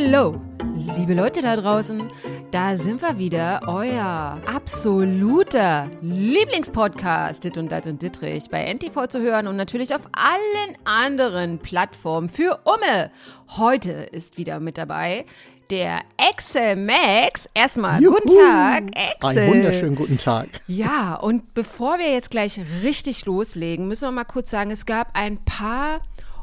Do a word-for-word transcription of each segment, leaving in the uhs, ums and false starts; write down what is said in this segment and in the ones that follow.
Hallo, liebe Leute da draußen, da sind wir wieder, euer absoluter Lieblingspodcast, Dit und Dat und Dittrich, bei N T V zu hören und natürlich auf allen anderen Plattformen für Umme. Heute ist wieder mit dabei der Axel Max. Erstmal Juhu. Guten Tag, Axel. Einen wunderschönen guten Tag. Ja, und bevor wir jetzt gleich richtig loslegen, müssen wir mal kurz sagen, es gab ein paar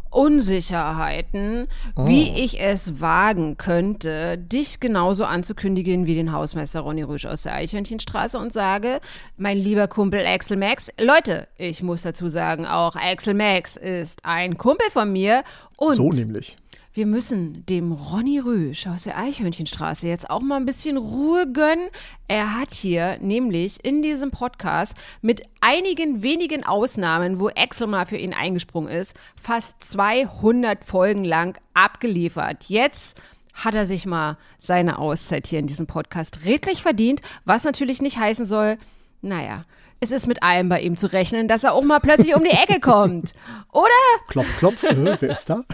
Unsicherheiten, oh. wie ich es wagen könnte, dich genauso anzukündigen wie den Hausmeister Ronny Rüsch aus der Eichhörnchenstraße und sage, mein lieber Kumpel Axel Max, Leute, ich muss dazu sagen, auch Axel Max ist ein Kumpel von mir und so nämlich. Wir müssen dem Ronny Rüsch aus der Eichhörnchenstraße jetzt auch mal ein bisschen Ruhe gönnen. Er hat hier nämlich in diesem Podcast mit einigen wenigen Ausnahmen, wo Axel mal für ihn eingesprungen ist, fast zweihundert Folgen lang abgeliefert. Jetzt hat er sich mal seine Auszeit hier in diesem Podcast redlich verdient, was natürlich nicht heißen soll, naja, es ist mit allem bei ihm zu rechnen, dass er auch mal plötzlich um die Ecke kommt, oder? Klopf, klopf, äh, wer ist da?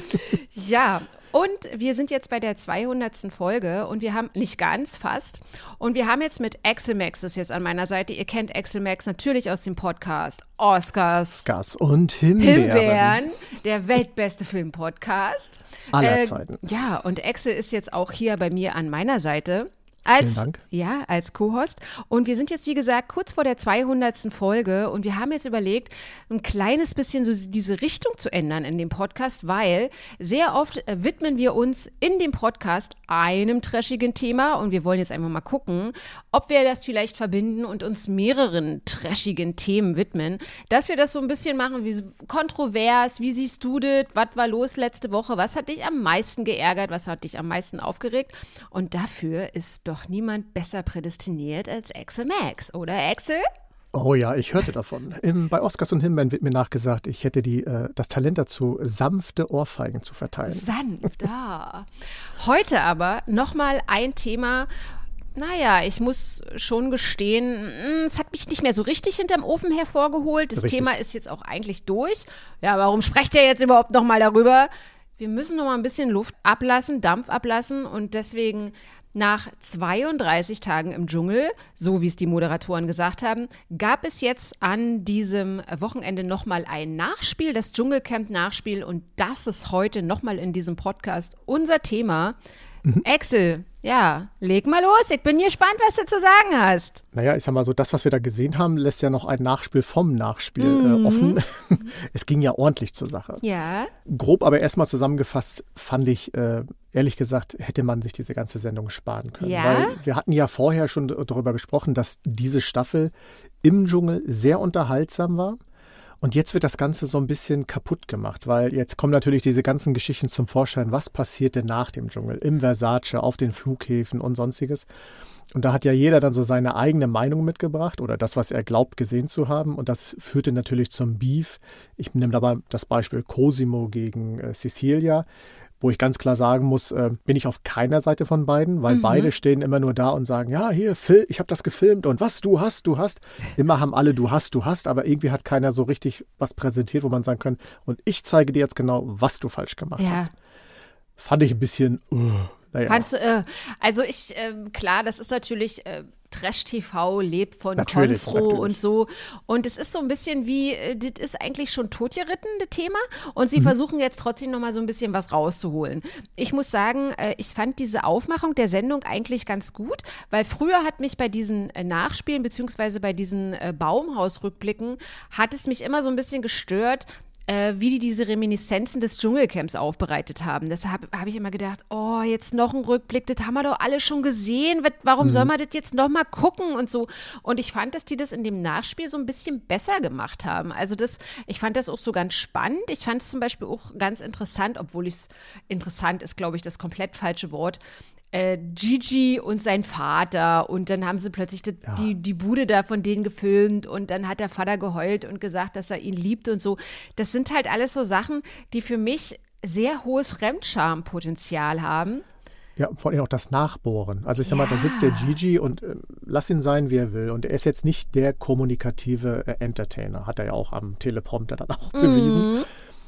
Ja, und wir sind jetzt bei der zweihundertsten Folge und wir haben, nicht ganz, fast, und wir haben jetzt mit Axel Max, das ist jetzt an meiner Seite, ihr kennt Axel Max natürlich aus dem Podcast Oscars, Oscars und Himbeeren. Himbeeren, der weltbeste Filmpodcast. Aller äh, Zeiten. Ja, und Axel ist jetzt auch hier bei mir an meiner Seite. Als, Vielen Dank. Ja, als Co-Host. Und wir sind jetzt, wie gesagt, kurz vor der zweihundertsten Folge und wir haben jetzt überlegt, ein kleines bisschen so diese Richtung zu ändern in dem Podcast, weil sehr oft äh, widmen wir uns in dem Podcast einem trashigen Thema und wir wollen jetzt einfach mal gucken, ob wir das vielleicht verbinden und uns mehreren trashigen Themen widmen, dass wir das so ein bisschen machen wie kontrovers, wie siehst du das, was war los letzte Woche, was hat dich am meisten geärgert, was hat dich am meisten aufgeregt und dafür ist doch niemand besser prädestiniert als Axel Max, oder Axel? Oh ja, ich hörte davon. Im, bei Oscars und Himbeeren wird mir nachgesagt, ich hätte die, äh, das Talent dazu, sanfte Ohrfeigen zu verteilen. Sanft, ah. Heute aber nochmal ein Thema. Naja, ich muss schon gestehen, es hat mich nicht mehr so richtig hinterm Ofen hervorgeholt. Das Richtig. Thema ist jetzt auch eigentlich durch. Ja, warum sprecht ihr jetzt überhaupt nochmal darüber? Wir müssen noch mal ein bisschen Luft ablassen, Dampf ablassen und deswegen nach zweiunddreißig Tagen im Dschungel, so wie es die Moderatoren gesagt haben, gab es jetzt an diesem Wochenende nochmal ein Nachspiel, das Dschungelcamp-Nachspiel und das ist heute nochmal in diesem Podcast unser Thema. Mhm. Axel, ja, leg mal los, ich bin gespannt, was du zu sagen hast. Naja, ich sag mal so, das, was wir da gesehen haben, lässt ja noch ein Nachspiel vom Nachspiel mhm. äh, offen. Es ging ja ordentlich zur Sache. Ja. Grob aber erstmal zusammengefasst, fand ich, äh, ehrlich gesagt, hätte man sich diese ganze Sendung sparen können. Ja? Weil wir hatten ja vorher schon darüber gesprochen, dass diese Staffel im Dschungel sehr unterhaltsam war. Und jetzt wird das Ganze so ein bisschen kaputt gemacht, weil jetzt kommen natürlich diese ganzen Geschichten zum Vorschein. Was passiert denn nach dem Dschungel? Im Versace, auf den Flughäfen und sonstiges. Und da hat ja jeder dann so seine eigene Meinung mitgebracht oder das, was er glaubt, gesehen zu haben. Und das führte natürlich zum Beef. Ich nehme dabei das Beispiel Cosimo gegen äh, Cecilia, wo ich ganz klar sagen muss, äh, bin ich auf keiner Seite von beiden, weil mhm. beide stehen immer nur da und sagen, ja, hier, Phil, ich habe das gefilmt und was, du hast, du hast. Immer haben alle, du hast, du hast, aber irgendwie hat keiner so richtig was präsentiert, wo man sagen kann, und ich zeige dir jetzt genau, was du falsch gemacht ja. hast. Fand ich ein bisschen, uh, naja. Kannst du, äh, also ich, äh, klar, das ist natürlich, äh, Trash-T V lebt von natürlich, Konfro natürlich. und so. Und es ist so ein bisschen wie, äh, das ist eigentlich schon totgeritten, das Thema. Und sie mhm. versuchen jetzt trotzdem noch mal so ein bisschen was rauszuholen. Ich muss sagen, äh, ich fand diese Aufmachung der Sendung eigentlich ganz gut, weil früher hat mich bei diesen äh, Nachspielen beziehungsweise bei diesen äh, Baumhausrückblicken hat es mich immer so ein bisschen gestört, wie die diese Reminiszenzen des Dschungelcamps aufbereitet haben. Deshalb habe ich immer gedacht, oh, jetzt noch ein Rückblick, das haben wir doch alle schon gesehen, warum mhm. soll man das jetzt noch mal gucken und so. Und ich fand, dass die das in dem Nachspiel so ein bisschen besser gemacht haben. Also das, ich fand das auch so ganz spannend. Ich fand es zum Beispiel auch ganz interessant, obwohl es interessant ist, glaube ich, das komplett falsche Wort, Äh, Gigi und sein Vater und dann haben sie plötzlich die, ja. die, die Bude da von denen gefilmt und dann hat der Vater geheult und gesagt, dass er ihn liebt und so. Das sind halt alles so Sachen, die für mich sehr hohes Fremdschampotenzial haben. Ja, vor allem auch das Nachbohren. Also ich sag mal, da sitzt der Gigi und äh, lass ihn sein, wie er will. Und er ist jetzt nicht der kommunikative äh, Entertainer, hat er ja auch am Teleprompter dann auch mhm. bewiesen.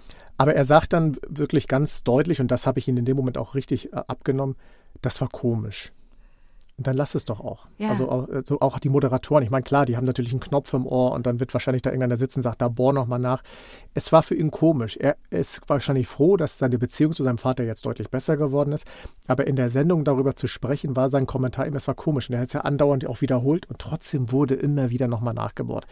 Aber er sagt dann wirklich ganz deutlich, und das habe ich ihm in dem Moment auch richtig äh, abgenommen, das war komisch. Und dann lass es doch auch. Ja. Also auch, so auch die Moderatoren. Ich meine, klar, die haben natürlich einen Knopf im Ohr und dann wird wahrscheinlich da irgendeiner sitzen und sagt, da bohr nochmal nach. Es war für ihn komisch. Er ist wahrscheinlich froh, dass seine Beziehung zu seinem Vater jetzt deutlich besser geworden ist. Aber in der Sendung darüber zu sprechen, war sein Kommentar immer, es war komisch. Und er hat es ja andauernd auch wiederholt und trotzdem wurde immer wieder nochmal nachgebohrt.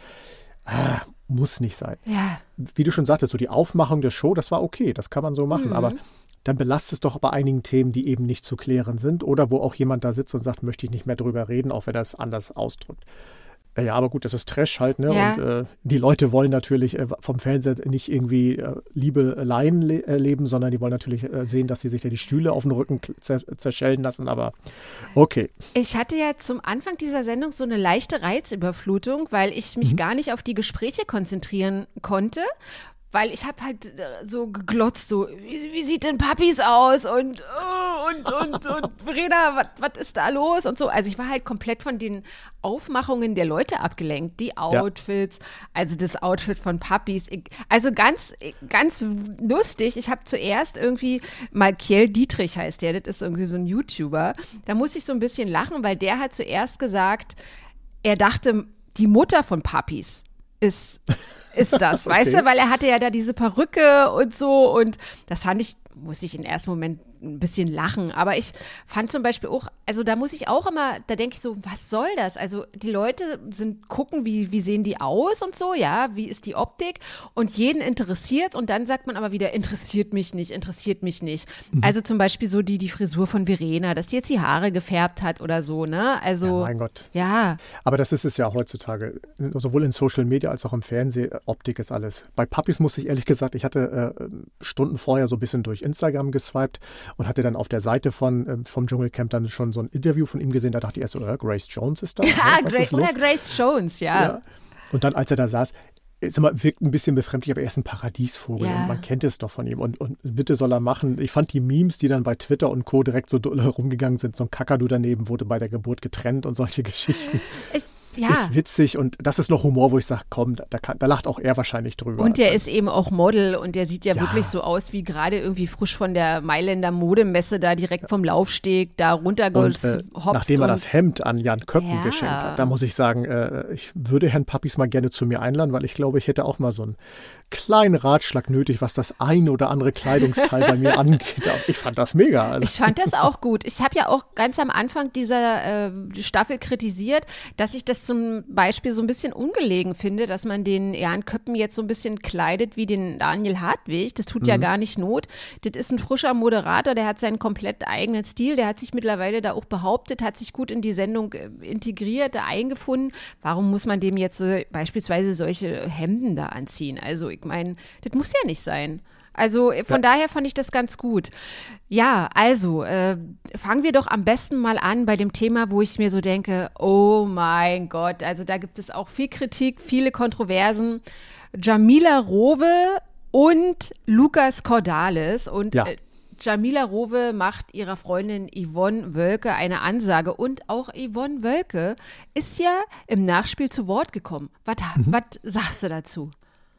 Ah, muss nicht sein. Ja. Wie du schon sagtest, so die Aufmachung der Show, das war okay, das kann man so machen. Mhm. Aber dann belasst es doch bei einigen Themen, die eben nicht zu klären sind oder wo auch jemand da sitzt und sagt, möchte ich nicht mehr drüber reden, auch wenn er es anders ausdrückt. Ja, aber gut, das ist Trash halt, ne? Ja. Und äh, die Leute wollen natürlich äh, vom Fernseher nicht irgendwie äh, Liebeleien le erleben, sondern die wollen natürlich äh, sehen, dass sie sich da die Stühle auf den Rücken zer zerschellen lassen, aber okay. Ich hatte ja zum Anfang dieser Sendung so eine leichte Reizüberflutung, weil ich mich mhm. gar nicht auf die Gespräche konzentrieren konnte. Weil ich habe halt so geglotzt, so, wie, wie sieht denn Papis aus? Und, oh, und, und, und, Verena, was ist da los? Und so. Also ich war halt komplett von den Aufmachungen der Leute abgelenkt. Die Outfits, ja. Also das Outfit von Papis. Also ganz, ganz lustig. Ich habe zuerst irgendwie, Malkiel Dietrich heißt der, das ist irgendwie so ein YouTuber. Da musste ich so ein bisschen lachen, weil der hat zuerst gesagt, er dachte, die Mutter von Papis ist... ist das, okay. Weißt du, weil er hatte ja da diese Perücke und so und das fand ich, muss ich im ersten Moment ein bisschen lachen, aber ich fand zum Beispiel auch, also da muss ich auch immer, da denke ich so, was soll das? Also die Leute sind, gucken, wie, wie sehen die aus und so, ja, wie ist die Optik und jeden interessiert und dann sagt man aber wieder, interessiert mich nicht, interessiert mich nicht. Mhm. Also zum Beispiel so die, die Frisur von Verena, dass die jetzt die Haare gefärbt hat oder so, ne, also. Ja, mein Gott. Ja. Aber das ist es ja heutzutage, sowohl in Social Media als auch im Fernsehen, Optik ist alles. Bei Papis muss ich ehrlich gesagt, ich hatte äh, Stunden vorher so ein bisschen durch Instagram geswiped und hatte dann auf der Seite von, äh, vom Dschungelcamp dann schon so ein Interview von ihm gesehen. Da dachte ich erst so, äh, Grace Jones ist da. Ja, ja Gra ist oder Grace Jones, ja. ja. Und dann, als er da saß, ist immer, wirkt ein bisschen befremdlich, aber er ist ein Paradiesvogel ja. und man kennt es doch von ihm. Und, und bitte soll er machen. Ich fand die Memes, die dann bei Twitter und Co. direkt so rumgegangen sind, so ein Kakadu daneben wurde bei der Geburt getrennt und solche Geschichten. Ich Ja. Ist witzig und das ist noch Humor, wo ich sage, komm, da, kann, da lacht auch er wahrscheinlich drüber. Und der ist eben auch Model und der sieht ja, ja. wirklich so aus wie gerade irgendwie frisch von der Mailänder Modemesse da direkt vom Laufsteg da runtergehopst. Äh, nachdem er das Hemd an Jan Köppen ja. geschenkt hat, da muss ich sagen, äh, ich würde Herrn Papis mal gerne zu mir einladen, weil ich glaube, ich hätte auch mal so einen kleinen Ratschlag nötig, was das ein oder andere Kleidungsteil bei mir angeht. Ich fand das mega. Also. Ich fand das auch gut. Ich habe ja auch ganz am Anfang dieser äh, Staffel kritisiert, dass ich das zum Beispiel so ein bisschen ungelegen finde, dass man den Jan Köppen jetzt so ein bisschen kleidet wie den Daniel Hartwig. Das tut mhm. ja gar nicht Not. Das ist ein frischer Moderator, der hat seinen komplett eigenen Stil, der hat sich mittlerweile da auch behauptet, hat sich gut in die Sendung integriert, da eingefunden. Warum muss man dem jetzt äh, beispielsweise solche Hemden da anziehen? Also ich meine, das muss ja nicht sein. Also von ja. daher fand ich das ganz gut. Ja, also äh, fangen wir doch am besten mal an bei dem Thema, wo ich mir so denke, oh mein Gott, also da gibt es auch viel Kritik, viele Kontroversen. Jamila Rowe und Lukas Cordalis und ja. äh, Jamila Rowe macht ihrer Freundin Yvonne Wölke eine Ansage und auch Yvonne Wölke ist ja im Nachspiel zu Wort gekommen. Was mhm. sagst du dazu?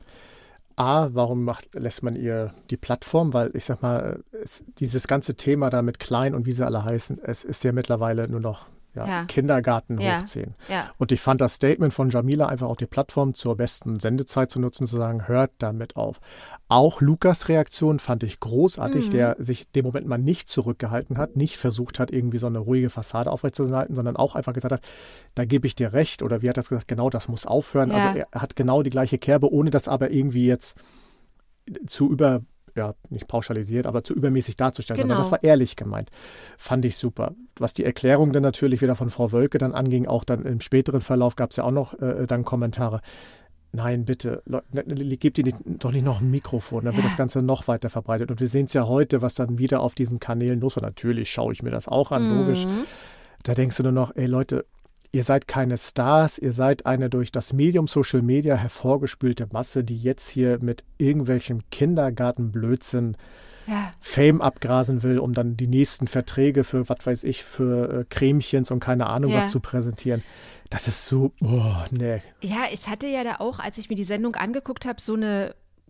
A, warum macht, lässt man ihr die Plattform? Weil ich sag mal, es, dieses ganze Thema da mit Klein und wie sie alle heißen, es ist ja mittlerweile nur noch ja, ja. Kindergarten ja. hochziehen. Ja. Und ich fand das Statement von Jamila einfach auch die Plattform zur besten Sendezeit zu nutzen, zu sagen, hört damit auf. Auch Lukas' Reaktion fand ich großartig, mhm. der sich dem Moment mal nicht zurückgehalten hat, nicht versucht hat, irgendwie so eine ruhige Fassade aufrechtzuerhalten, sondern auch einfach gesagt hat, da gebe ich dir recht. Oder wie hat er das gesagt, genau das muss aufhören. Ja. Also er hat genau die gleiche Kerbe, ohne das aber irgendwie jetzt zu über, ja, nicht pauschalisiert, aber zu übermäßig darzustellen. Genau. Sondern das war ehrlich gemeint. Fand ich super. Was die Erklärung dann natürlich wieder von Frau Wölke dann anging, auch dann im späteren Verlauf gab es ja auch noch äh, dann Kommentare. Nein, bitte, Leute, gebt ihr doch nicht noch ein Mikrofon, dann wird ja. das Ganze noch weiter verbreitet. Und wir sehen es ja heute, was dann wieder auf diesen Kanälen los war. Natürlich schaue ich mir das auch an, mhm. logisch. Da denkst du nur noch, ey Leute, ihr seid keine Stars, ihr seid eine durch das Medium Social Media hervorgespülte Masse, die jetzt hier mit irgendwelchem Kindergartenblödsinn ja. Fame abgrasen will, um dann die nächsten Verträge für, was weiß ich, für äh, Cremchens und keine Ahnung ja. was zu präsentieren. Das ist so, oh, nee. Ja, ich hatte ja da auch, als ich mir die Sendung angeguckt habe, so eine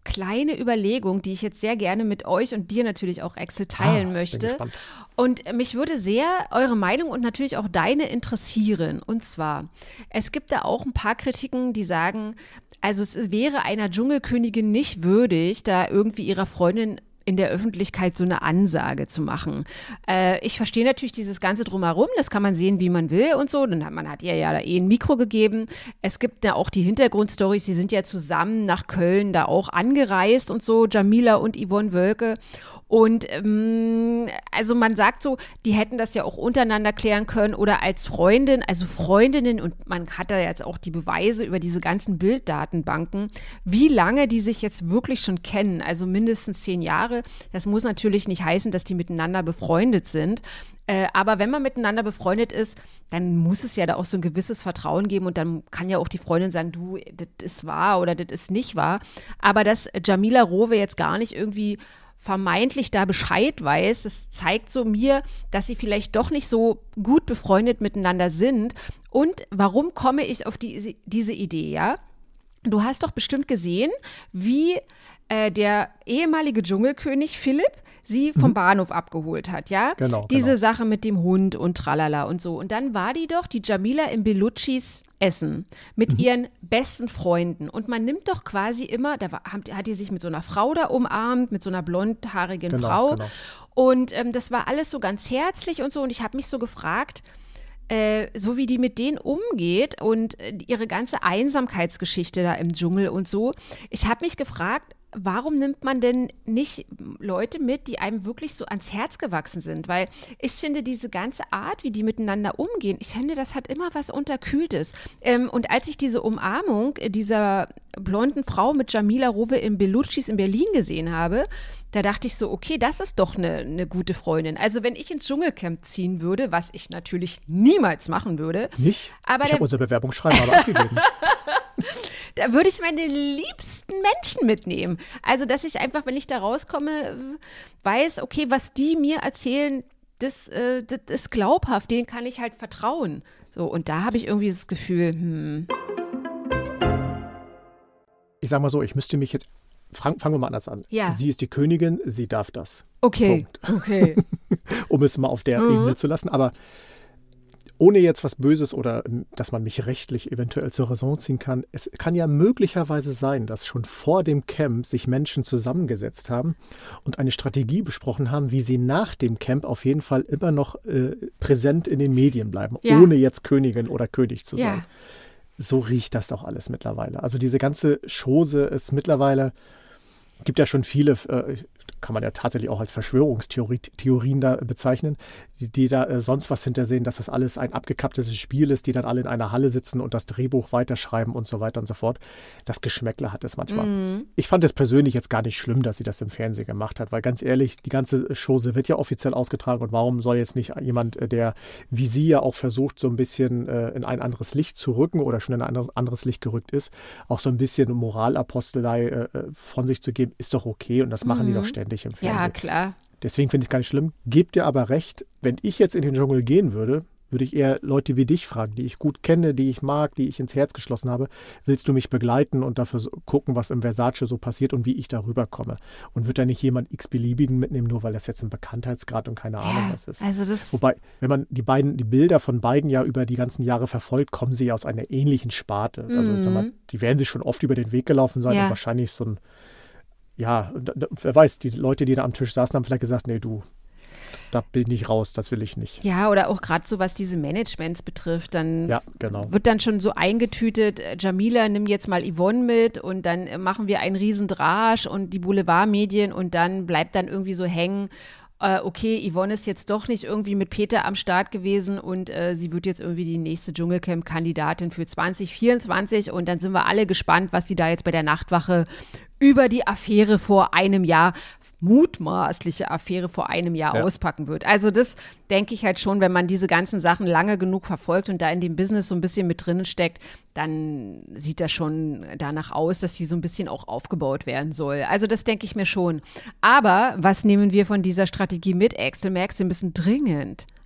kleine Überlegung, die ich jetzt sehr gerne mit euch und dir natürlich auch, Axel, teilen ah, möchte. Bin gespannt. Und mich würde sehr eure Meinung und natürlich auch deine interessieren. Und zwar, es gibt da auch ein paar Kritiken, die sagen, also es wäre einer Dschungelkönigin nicht würdig, da irgendwie ihrer Freundin in der Öffentlichkeit so eine Ansage zu machen. Äh, ich verstehe natürlich dieses Ganze drumherum, das kann man sehen, wie man will und so. Dann hat, man hat ihr ja da eh ein Mikro gegeben. Es gibt da auch die Hintergrundstories, die sind ja zusammen nach Köln da auch angereist und so, Jamila und Yvonne Wölke. Und ähm, also man sagt so, die hätten das ja auch untereinander klären können oder als Freundin, also Freundinnen, und man hat da jetzt auch die Beweise über diese ganzen Bilddatenbanken, wie lange die sich jetzt wirklich schon kennen, also mindestens zehn Jahre. Das muss natürlich nicht heißen, dass die miteinander befreundet sind. Äh, aber wenn man miteinander befreundet ist, dann muss es ja da auch so ein gewisses Vertrauen geben und dann kann ja auch die Freundin sagen, du, das ist wahr oder das ist nicht wahr. Aber dass Jamila Rowe jetzt gar nicht irgendwie vermeintlich da Bescheid weiß, das zeigt so mir, dass sie vielleicht doch nicht so gut befreundet miteinander sind. Und warum komme ich auf die, diese Idee, ja? Du hast doch bestimmt gesehen, wie äh, der ehemalige Dschungelkönig Philipp sie vom mhm. Bahnhof abgeholt hat, ja? Genau. Diese genau. Sache mit dem Hund und tralala und so. Und dann war die doch, die Jamila im Belluccis Essen mit mhm. ihren besten Freunden. Und man nimmt doch quasi immer, da war, hat die sich mit so einer Frau da umarmt, mit so einer blondhaarigen genau, Frau. Genau. Und ähm, das war alles so ganz herzlich und so. Und ich habe mich so gefragt, äh, so wie die mit denen umgeht und äh, ihre ganze Einsamkeitsgeschichte da im Dschungel und so. Ich habe mich gefragt, warum nimmt man denn nicht Leute mit, die einem wirklich so ans Herz gewachsen sind? Weil ich finde, diese ganze Art, wie die miteinander umgehen, ich finde, das hat immer was Unterkühltes. Ähm, und als ich diese Umarmung dieser blonden Frau mit Jamila Rowe in Belluccis in Berlin gesehen habe, da dachte ich so, okay, das ist doch eine, eine gute Freundin. Also wenn ich ins Dschungelcamp ziehen würde, was ich natürlich niemals machen würde. Nicht? Aber ich habe unser Bewerbungsschreiben aber abgegeben. Da würde ich meine liebsten Menschen mitnehmen. Also, dass ich einfach, wenn ich da rauskomme, weiß, okay, was die mir erzählen, das, äh, das ist glaubhaft, denen kann ich halt vertrauen. So, und da habe ich irgendwie das Gefühl, hm. Ich sag mal so, ich müsste mich jetzt, fangen wir mal anders an. Ja. Sie ist die Königin, sie darf das. Okay, Punkt. okay. Um es mal auf der mhm. Ebene zu lassen, aber ohne jetzt was Böses oder dass man mich rechtlich eventuell zur Raison ziehen kann, es kann ja möglicherweise sein, dass schon vor dem Camp sich Menschen zusammengesetzt haben und eine Strategie besprochen haben, wie sie nach dem Camp auf jeden Fall immer noch äh, präsent in den Medien bleiben, ja. ohne jetzt Königin oder König zu sein. Ja. So riecht das doch alles mittlerweile. Also diese ganze Chose ist mittlerweile, gibt ja schon viele, äh, kann man ja tatsächlich auch als Verschwörungstheorien da bezeichnen, die, die da äh, sonst was hintersehen, dass das alles ein abgekapseltes Spiel ist, die dann alle in einer Halle sitzen und das Drehbuch weiterschreiben und so weiter und so fort. Das Geschmäckle hat es manchmal. Mm. Ich fand es persönlich jetzt gar nicht schlimm, dass sie das im Fernsehen gemacht hat, weil ganz ehrlich, die ganze Chose wird ja offiziell ausgetragen und warum soll jetzt nicht jemand, der wie sie ja auch versucht, so ein bisschen äh, in ein anderes Licht zu rücken oder schon in ein anderes Licht gerückt ist, auch so ein bisschen Moralapostelei äh, von sich zu geben, ist doch okay und das machen mm. die doch ständig im Fernsehen. Ja, klar. Deswegen finde ich es gar nicht schlimm. Gebt dir aber recht, wenn ich jetzt in den Dschungel gehen würde, würde ich eher Leute wie dich fragen, die ich gut kenne, die ich mag, die ich ins Herz geschlossen habe. Willst du mich begleiten und dafür gucken, was im Versace so passiert und wie ich darüber komme? Und wird da nicht jemand x-beliebigen mitnehmen, nur weil das jetzt ein Bekanntheitsgrad und keine Ahnung ja, was ist. Also das Wobei, wenn man die beiden, die Bilder von beiden ja über die ganzen Jahre verfolgt, kommen sie ja aus einer ähnlichen Sparte. Mhm. Also ich sag mal, die werden sich schon oft über den Weg gelaufen sein ja. und wahrscheinlich so ein Ja, wer weiß, die Leute, die da am Tisch saßen, haben vielleicht gesagt, nee, du, da bin ich raus, das will ich nicht. Ja, oder auch gerade so, was diese Managements betrifft, dann ja, genau. wird dann schon so eingetütet, Jamila, nimm jetzt mal Yvonne mit und dann machen wir einen riesen Drage und die Boulevardmedien und dann bleibt dann irgendwie so hängen, äh, okay, Yvonne ist jetzt doch nicht irgendwie mit Peter am Start gewesen und äh, sie wird jetzt irgendwie die nächste Dschungelcamp-Kandidatin für zwanzig vierundzwanzig und dann sind wir alle gespannt, was die da jetzt bei der Nachtwache über die Affäre vor einem Jahr, mutmaßliche Affäre vor einem Jahr ja. auspacken wird. Also das denke ich halt schon, wenn man diese ganzen Sachen lange genug verfolgt und da in dem Business so ein bisschen mit drinnen steckt, dann sieht das schon danach aus, dass die so ein bisschen auch aufgebaut werden soll. Also das denke ich mir schon. Aber was nehmen wir von dieser Strategie mit, Axel? Merkst du, wir müssen dringend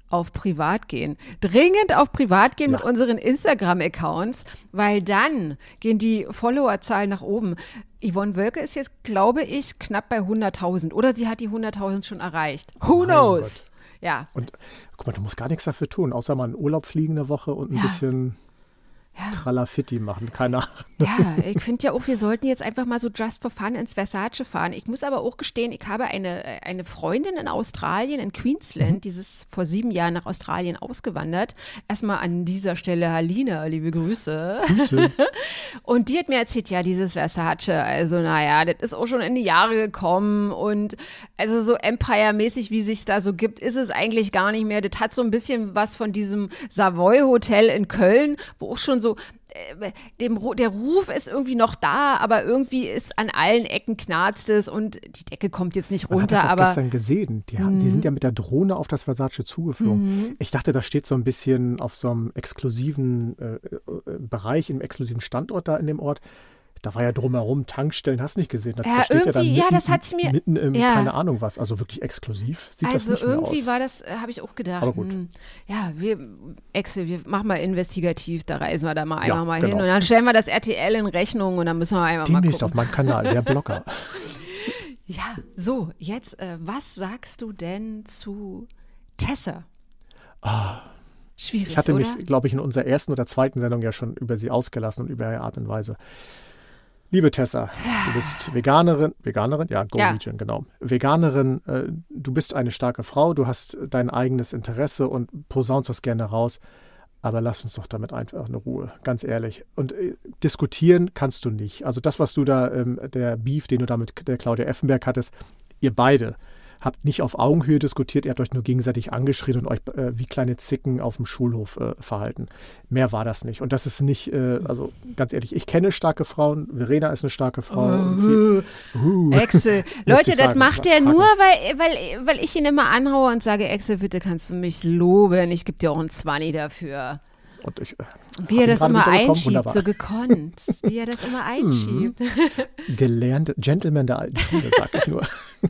auf privat gehen. Dringend auf privat gehen Ja. mit unseren Instagram-Accounts, weil dann gehen die Followerzahlen nach oben. Yvonne Wölke ist jetzt, glaube ich, knapp bei hunderttausend. Oder sie hat die hunderttausend schon erreicht. Who Mein knows? Gott. Ja. Und guck mal, du musst gar nichts dafür tun, außer mal in Urlaub fliegen eine Woche und ein Ja. bisschen Ja. Tralafitti machen. Keine Ahnung. Ja, ich finde ja auch, wir sollten jetzt einfach mal so just for fun ins Versace fahren. Ich muss aber auch gestehen, ich habe eine, eine Freundin in Australien, in Queensland, Mhm. die ist vor sieben Jahren nach Australien ausgewandert. Erstmal an dieser Stelle Halina, liebe Grüße. Grüße. Und die hat mir erzählt, ja, dieses Versace, also naja, das ist auch schon in die Jahre gekommen und also so Empire-mäßig, wie sich da so gibt, ist es eigentlich gar nicht mehr. Das hat so ein bisschen was von diesem Savoy-Hotel in Köln, wo auch schon so äh, dem, Ru- der Ruf ist irgendwie noch da, aber irgendwie ist an allen Ecken knarzt es und die Decke kommt jetzt nicht Man hat das runter, auch aber gestern gesehen. Die, haben- Sie sind ja mit der Drohne auf das Versace zugeflogen. Ich dachte, das steht so ein bisschen auf so einem exklusiven äh, äh, Bereich, im exklusiven Standort da in dem Ort. Da war ja drumherum Tankstellen, hast nicht gesehen. Das, Ja, da steht ja dann irgendwie, mitten, ja, das hat's mir- mitten im, ja. keine Ahnung was, also wirklich exklusiv sieht also das nicht mehr irgendwie aus. war das, äh, habe ich auch gedacht. Aber gut. hm, Ja, wir, Excel, wir machen mal investigativ, da reisen wir da mal Ja, einmal mal genau. hin und dann stellen wir das R T L in Rechnung und dann müssen wir einmal Demnächst mal auf gucken. meinem Kanal, der Blogger. Ja, so, jetzt, äh, was sagst du denn zu Tessa? Ah, Schwierig, ich hatte oder? mich, glaube ich, in unserer ersten oder zweiten Sendung ja schon über sie ausgelassen und über ihre Art und Weise. Liebe Tessa, du bist Veganerin, Veganerin? Ja, Go Ja. Vegan, genau. Veganerin, äh, du bist eine starke Frau, du hast dein eigenes Interesse und posaunst das gerne raus, aber lass uns doch damit einfach eine Ruhe, ganz ehrlich. Und äh, diskutieren kannst du nicht. Also das, was du da, ähm, der Beef, den du da mit der Claudia Effenberg hattest, ihr beide habt nicht auf Augenhöhe diskutiert, ihr habt euch nur gegenseitig angeschrien und euch äh, wie kleine Zicken auf dem Schulhof äh, verhalten. Mehr war das nicht. Und das ist nicht, äh, also ganz ehrlich, ich kenne starke Frauen, Verena ist eine starke Frau. und viel, uh, Excel. Lässt Leute, sich das sagen. macht er Haken. nur, weil, weil, weil ich ihn immer anhaue und sage, Excel, bitte kannst du mich loben. Ich gebe dir auch einen Zwanni dafür. Und ich, äh, Wie hab er ihn das gerade immer wiederbekommen, einschiebt, wunderbar. so gekonnt. Wie er das immer einschiebt. Gelernte Gentleman der alten Schule, sag ich nur.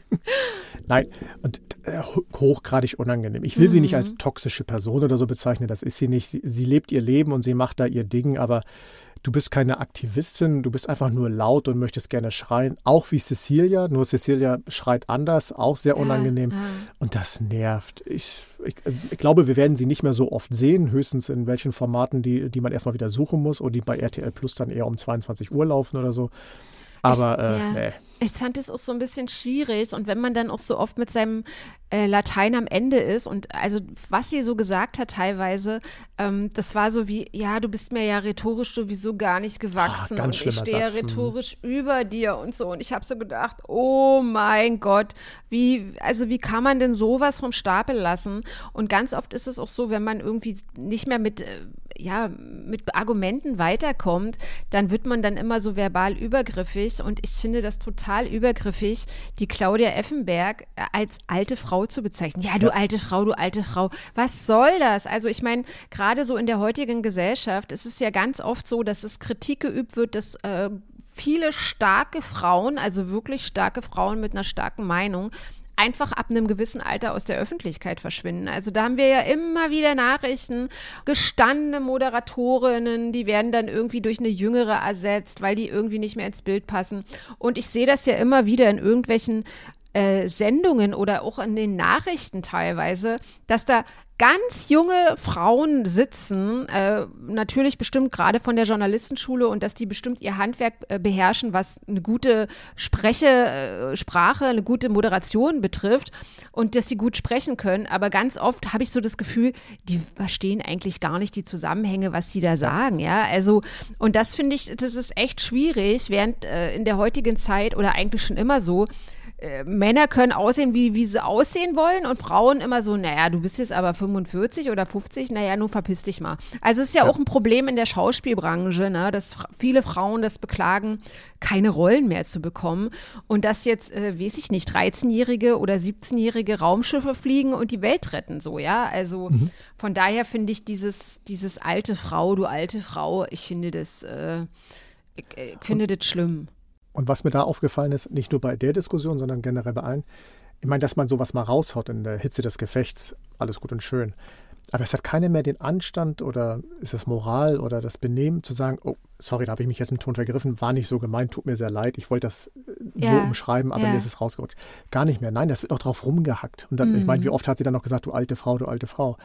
Nein, und äh, hochgradig unangenehm. Ich will sie nicht als toxische Person oder so bezeichnen, das ist sie nicht. Sie, sie lebt ihr Leben und sie macht da ihr Ding, aber du bist keine Aktivistin, du bist einfach nur laut und möchtest gerne schreien. Auch wie Cecilia, nur Cecilia schreit anders, auch sehr unangenehm. Ja, ja. Und das nervt. Ich, ich, ich glaube, wir werden sie nicht mehr so oft sehen, höchstens in welchen Formaten, die, die man erstmal wieder suchen muss oder die bei R T L Plus dann eher um zweiundzwanzig Uhr laufen oder so. Aber Ich- äh, ja. nee. Ich fand es auch so ein bisschen schwierig und wenn man dann auch so oft mit seinem äh, Latein am Ende ist und also was sie so gesagt hat teilweise, ähm, das war so wie, ja, du bist mir ja rhetorisch sowieso gar nicht gewachsen Ah, ganz und ich schlimmer stehe Satz, hm. rhetorisch über dir und so und ich habe so gedacht, oh mein Gott, wie, also wie kann man denn sowas vom Stapel lassen? Und ganz oft ist es auch so, wenn man irgendwie nicht mehr mit, äh, ja, mit Argumenten weiterkommt, dann wird man dann immer so verbal übergriffig und ich finde das total übergriffig, die Claudia Effenberg als alte Frau zu bezeichnen. Ja, du Ja. alte Frau, du alte Frau. Was soll das? Also ich meine, gerade so in der heutigen Gesellschaft ist es ja ganz oft so, dass es Kritik geübt wird, dass äh, viele starke Frauen, also wirklich starke Frauen mit einer starken Meinung, einfach ab einem gewissen Alter aus der Öffentlichkeit verschwinden. Also da haben wir ja immer wieder Nachrichten, gestandene Moderatorinnen, die werden dann irgendwie durch eine jüngere ersetzt, weil die irgendwie nicht mehr ins Bild passen. Und ich sehe das ja immer wieder in irgendwelchen äh, Sendungen oder auch in den Nachrichten teilweise, dass da ganz junge Frauen sitzen, äh, natürlich bestimmt gerade von der Journalistenschule und dass die bestimmt ihr Handwerk äh, beherrschen, was eine gute Spreche, äh, Sprache, eine gute Moderation betrifft und dass sie gut sprechen können. Aber ganz oft habe ich so das Gefühl, die verstehen eigentlich gar nicht die Zusammenhänge, was sie da sagen. Ja, also und das finde ich, das ist echt schwierig, während äh, in der heutigen Zeit oder eigentlich schon immer so, Äh, Männer können aussehen, wie, wie sie aussehen wollen und Frauen immer so, naja, du bist jetzt aber fünfundvierzig oder fünfzig, naja, nun verpiss dich mal. Also es ist ja, ja auch ein Problem in der Schauspielbranche, ne, dass fra- viele Frauen das beklagen, keine Rollen mehr zu bekommen und dass jetzt, äh, weiß ich nicht, dreizehnjährige oder siebzehnjährige Raumschiffe fliegen und die Welt retten, so, ja, also mhm. von daher finde ich dieses, dieses alte Frau, du alte Frau, ich finde das, äh, ich, ich finde das schlimm. Und was mir da aufgefallen ist, nicht nur bei der Diskussion, sondern generell bei allen, Ich meine, dass man sowas mal raushaut in der Hitze des Gefechts, alles gut und schön. Aber es hat keiner mehr den Anstand oder ist das Moral oder das Benehmen zu sagen, oh, sorry, da habe ich mich jetzt im Ton vergriffen, war nicht so gemeint, tut mir sehr leid, ich wollte das ja. so umschreiben, aber ja. mir ist es rausgerutscht. Gar nicht mehr. Nein, das wird auch drauf rumgehackt. Und dann, mhm. ich meine, wie oft hat sie dann noch gesagt, du alte Frau, du alte Frau.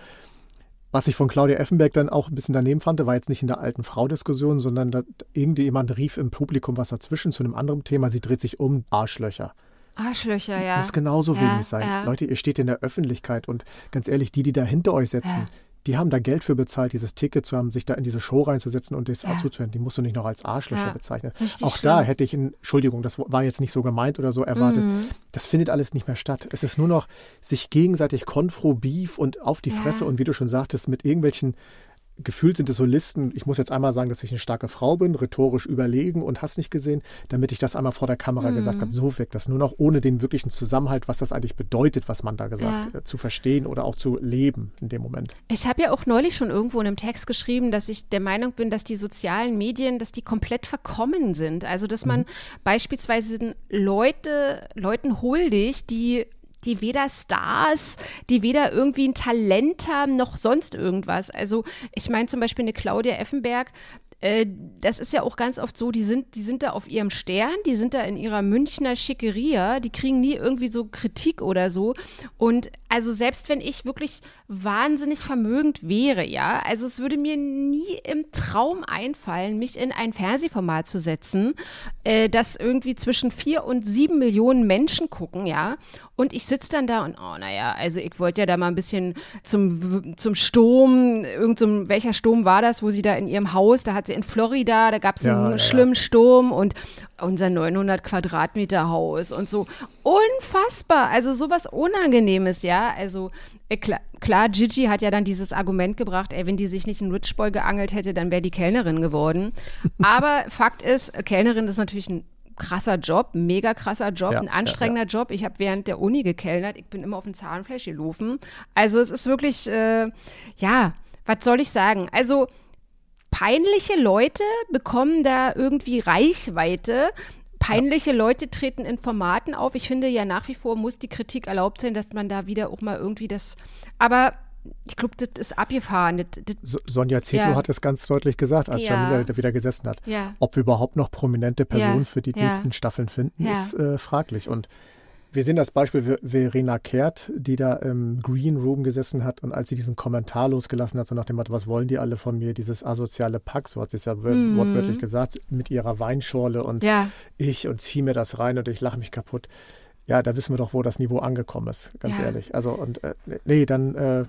Was ich von Claudia Effenberg dann auch ein bisschen daneben fand, war jetzt nicht in der alten Frau-Diskussion, sondern da irgendjemand rief im Publikum was dazwischen zu einem anderen Thema, sie dreht sich um, Arschlöcher. Arschlöcher, ja. Muss genauso ja, wenig sein. Ja. Leute, ihr steht in der Öffentlichkeit und ganz ehrlich, die, die da hinter euch sitzen, ja. die haben da Geld für bezahlt, dieses Ticket zu haben, sich da in diese Show reinzusetzen und das ja. zuzuhören. Die musst du nicht noch als Arschlöcher ja. bezeichnen. Richtig Auch schlimm. Da hätte ich, in, Entschuldigung, das war jetzt nicht so gemeint oder so erwartet. Mhm. Das findet alles nicht mehr statt. Es ist nur noch sich gegenseitig Konfro, Beef und auf die ja. Fresse und wie du schon sagtest, mit irgendwelchen gefühlt sind es so Listen, ich muss jetzt einmal sagen, dass ich eine starke Frau bin, rhetorisch überlegen und hast nicht gesehen, damit ich das einmal vor der Kamera mhm. gesagt habe. So wirkt das nur noch, ohne den wirklichen Zusammenhalt, was das eigentlich bedeutet, was man da gesagt, ja. äh, zu verstehen oder auch zu leben in dem Moment. Ich habe ja auch neulich schon irgendwo in einem Text geschrieben, dass ich der Meinung bin, dass die sozialen Medien, dass die komplett verkommen sind. Also, dass man mhm. beispielsweise Leute, Leuten huldigt, die die weder Stars, die weder irgendwie ein Talent haben, noch sonst irgendwas. Also ich meine zum Beispiel eine Claudia Effenberg, äh, das ist ja auch ganz oft so, die sind, die sind da auf ihrem Stern, die sind da in ihrer Münchner Schickeria, die kriegen nie irgendwie so Kritik oder so. Und also selbst wenn ich wirklich wahnsinnig vermögend wäre, ja, also es würde mir nie im Traum einfallen, mich in ein Fernsehformat zu setzen, äh, das irgendwie zwischen vier und sieben Millionen Menschen gucken, ja. Und ich sitze dann da und, oh, naja, also ich wollte ja da mal ein bisschen zum, zum Sturm, irgend so, welcher Sturm war das, wo sie da in ihrem Haus, da hat sie in Florida, da gab es ja, einen ja, schlimmen ja. Sturm und unser neunhundert Quadratmeter Haus und so. Unfassbar, also sowas Unangenehmes, ja, also äh, klar, klar, Gigi hat ja dann dieses Argument gebracht, ey, wenn die sich nicht einen Rich Boy geangelt hätte, dann wäre die Kellnerin geworden. Aber Fakt ist, Kellnerin ist natürlich ein krasser Job, mega krasser Job, ja, ein anstrengender ja, ja. Job. Ich habe während der Uni gekellnert, ich bin immer auf dem Zahnfleisch gelaufen. Also es ist wirklich, äh, ja, was soll ich sagen? Also peinliche Leute bekommen da irgendwie Reichweite. Peinliche ja. Leute treten in Formaten auf. Ich finde ja nach wie vor muss die Kritik erlaubt sein, dass man da wieder auch mal irgendwie das, aber ich glaube, das ist abgefahren. Das, das, so, Sonja Zietlow ja. hat es ganz deutlich gesagt, als ja. Jamila wieder gesessen hat. Ja. Ob wir überhaupt noch prominente Personen ja. für die ja. nächsten Staffeln finden, ja. ist äh, fraglich. Und wir sehen das Beispiel Verena Kehrt, die da im Green Room gesessen hat und als sie diesen Kommentar losgelassen hat, so nach dem Motto, was wollen die alle von mir, dieses asoziale Pack, so hat sie es ja mm. wortwörtlich gesagt, mit ihrer Weinschorle und ja. ich und ziehe mir das rein und ich lache mich kaputt. Ja, da wissen wir doch, wo das Niveau angekommen ist, ganz ja. ehrlich. Also und äh, nee, dann äh,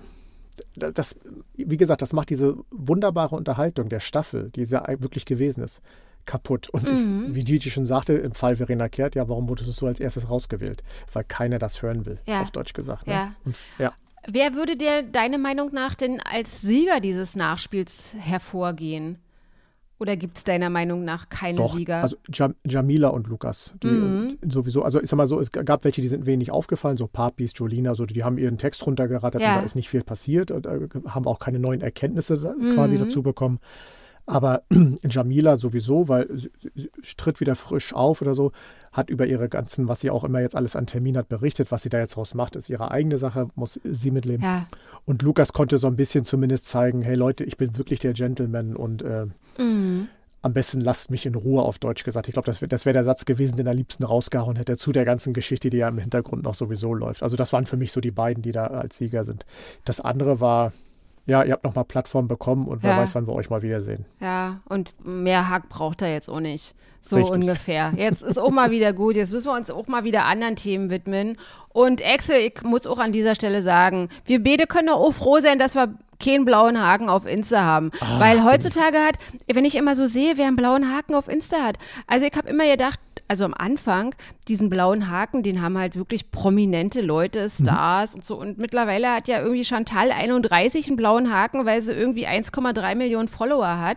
das, wie gesagt, das macht diese wunderbare Unterhaltung der Staffel, die ja wirklich gewesen ist, kaputt. Und mhm. ich, wie Gigi schon sagte, im Fall Verena Kehrt, ja, warum wurdest du so als erstes rausgewählt? Weil keiner das hören will, ja. auf Deutsch gesagt. Ne? Ja. Und, ja. Wer würde dir deiner Meinung nach denn als Sieger dieses Nachspiels hervorgehen? Oder gibt es deiner Meinung nach keine Doch, Sieger? Also Jam- Jamila und Lukas, die mhm. sowieso, also ich sag mal so, es gab welche, die sind wenig aufgefallen, so Papis, Jolina, so, die haben ihren Text runtergerattert ja. und da ist nicht viel passiert, und, äh, haben auch keine neuen Erkenntnisse mhm. quasi dazu bekommen. Aber Jamila sowieso, weil sie, sie tritt wieder frisch auf oder so, hat über ihre ganzen, was sie auch immer jetzt alles an Termin hat, berichtet. Was sie da jetzt raus macht, ist ihre eigene Sache, muss sie mitleben. Ja. Und Lukas konnte so ein bisschen zumindest zeigen, hey Leute, ich bin wirklich der Gentleman und äh, mhm. am besten lasst mich in Ruhe, auf Deutsch gesagt. Ich glaube, das wäre das wär der Satz gewesen, den er am liebsten rausgehauen hätte, zu der ganzen Geschichte, die ja im Hintergrund noch sowieso läuft. Also das waren für mich so die beiden, die da als Sieger sind. Das andere war, ja, ihr habt nochmal Plattform bekommen und wer ja. weiß, wann wir euch mal wiedersehen. Ja, und mehr Hack braucht er jetzt auch nicht. So Richtig. ungefähr. Jetzt ist auch mal wieder gut. Jetzt müssen wir uns auch mal wieder anderen Themen widmen. Und Axel, ich muss auch an dieser Stelle sagen, wir beide können doch auch froh sein, dass wir keinen blauen Haken auf Insta haben. Ah, Weil heutzutage hat, wenn ich immer so sehe, wer einen blauen Haken auf Insta hat. Also ich habe immer gedacht, also am Anfang, diesen blauen Haken, den haben halt wirklich prominente Leute, Stars mhm. und so. Und mittlerweile hat ja irgendwie Chantal einunddreißig einen blauen Haken, weil sie irgendwie eins Komma drei Millionen Follower hat.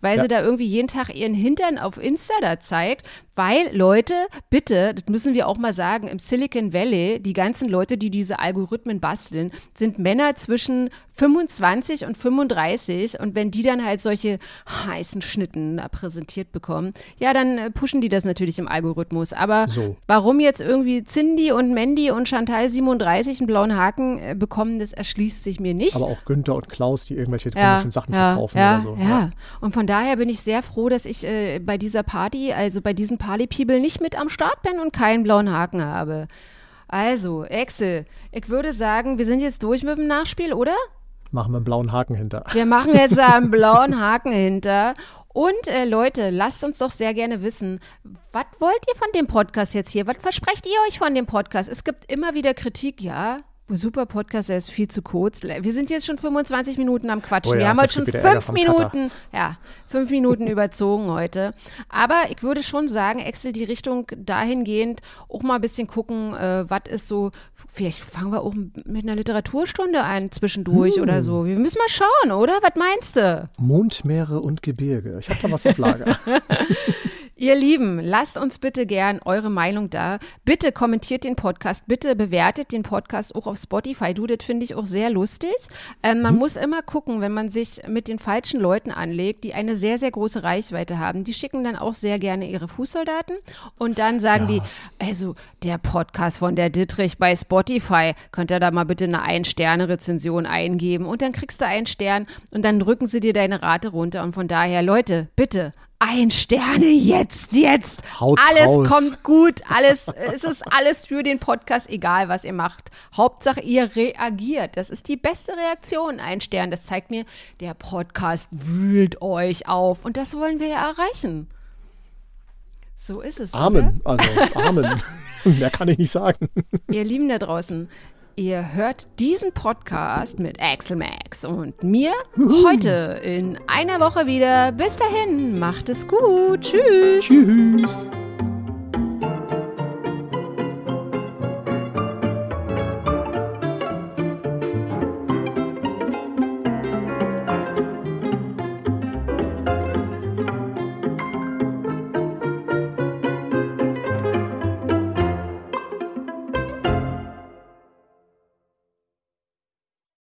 weil ja. sie da irgendwie jeden Tag ihren Hintern auf Insta da zeigt, weil Leute, bitte, das müssen wir auch mal sagen, im Silicon Valley, die ganzen Leute, die diese Algorithmen basteln, sind Männer zwischen fünfundzwanzig und fünfunddreißig und wenn die dann halt solche heißen Schnitten da präsentiert bekommen, ja, dann äh, pushen die das natürlich im Algorithmus. Aber so. Warum jetzt irgendwie Cindy und Mandy und Chantal siebenunddreißig einen blauen Haken äh, bekommen, das erschließt sich mir nicht. Aber auch Günther und Klaus, die irgendwelche ja, komischen Sachen ja, verkaufen ja, oder so. Ja. ja, und von daher bin ich sehr froh, dass ich äh, bei dieser Party, also bei diesen Party-People nicht mit am Start bin und keinen blauen Haken habe. Also, Axel, ich würde sagen, wir sind jetzt durch mit dem Nachspiel, oder? Machen wir einen blauen Haken hinter. Wir machen jetzt da einen blauen Haken hinter. Und äh, Leute, lasst uns doch sehr gerne wissen, was wollt ihr von dem Podcast jetzt hier? Was versprecht ihr euch von dem Podcast? Es gibt immer wieder Kritik, ja. Super Podcast, der ist viel zu kurz. Wir sind jetzt schon fünfundzwanzig Minuten am Quatschen. Oh ja, wir haben heute schon fünf Minuten, ja, fünf Minuten überzogen heute. Aber ich würde schon sagen, Axel, die Richtung dahingehend auch mal ein bisschen gucken, äh, was ist so, vielleicht fangen wir auch mit einer Literaturstunde an zwischendurch hm. oder so. Wir müssen mal schauen, oder? Was meinst du? Mond, Meere und Gebirge. Ich habe da was auf Lager. Ihr Lieben, lasst uns bitte gern eure Meinung da. Bitte kommentiert den Podcast, bitte bewertet den Podcast auch auf Spotify. Du, das finde ich auch sehr lustig. Ähm, man mhm. muss immer gucken, wenn man sich mit den falschen Leuten anlegt, die eine sehr, sehr große Reichweite haben. Die schicken dann auch sehr gerne ihre Fußsoldaten und dann sagen ja. die, also der Podcast von der Dittrich bei Spotify, könnt ihr da mal bitte eine Ein-Sterne-Rezension eingeben und dann kriegst du einen Stern und dann drücken sie dir deine Rate runter und von daher, Leute, bitte, ein Sterne jetzt, jetzt. Haut's alles raus. Kommt gut, alles, es ist alles für den Podcast, egal was ihr macht. Hauptsache ihr reagiert. Das ist die beste Reaktion, ein Stern. Das zeigt mir, der Podcast wühlt euch auf und das wollen wir ja erreichen. So ist es. Amen, oder? also Amen. Mehr kann ich nicht sagen. Ihr Lieben da draußen, ihr hört diesen Podcast mit Axel Max und mir Uhu. heute in einer Woche wieder. Bis dahin, macht es gut. Tschüss. Tschüss.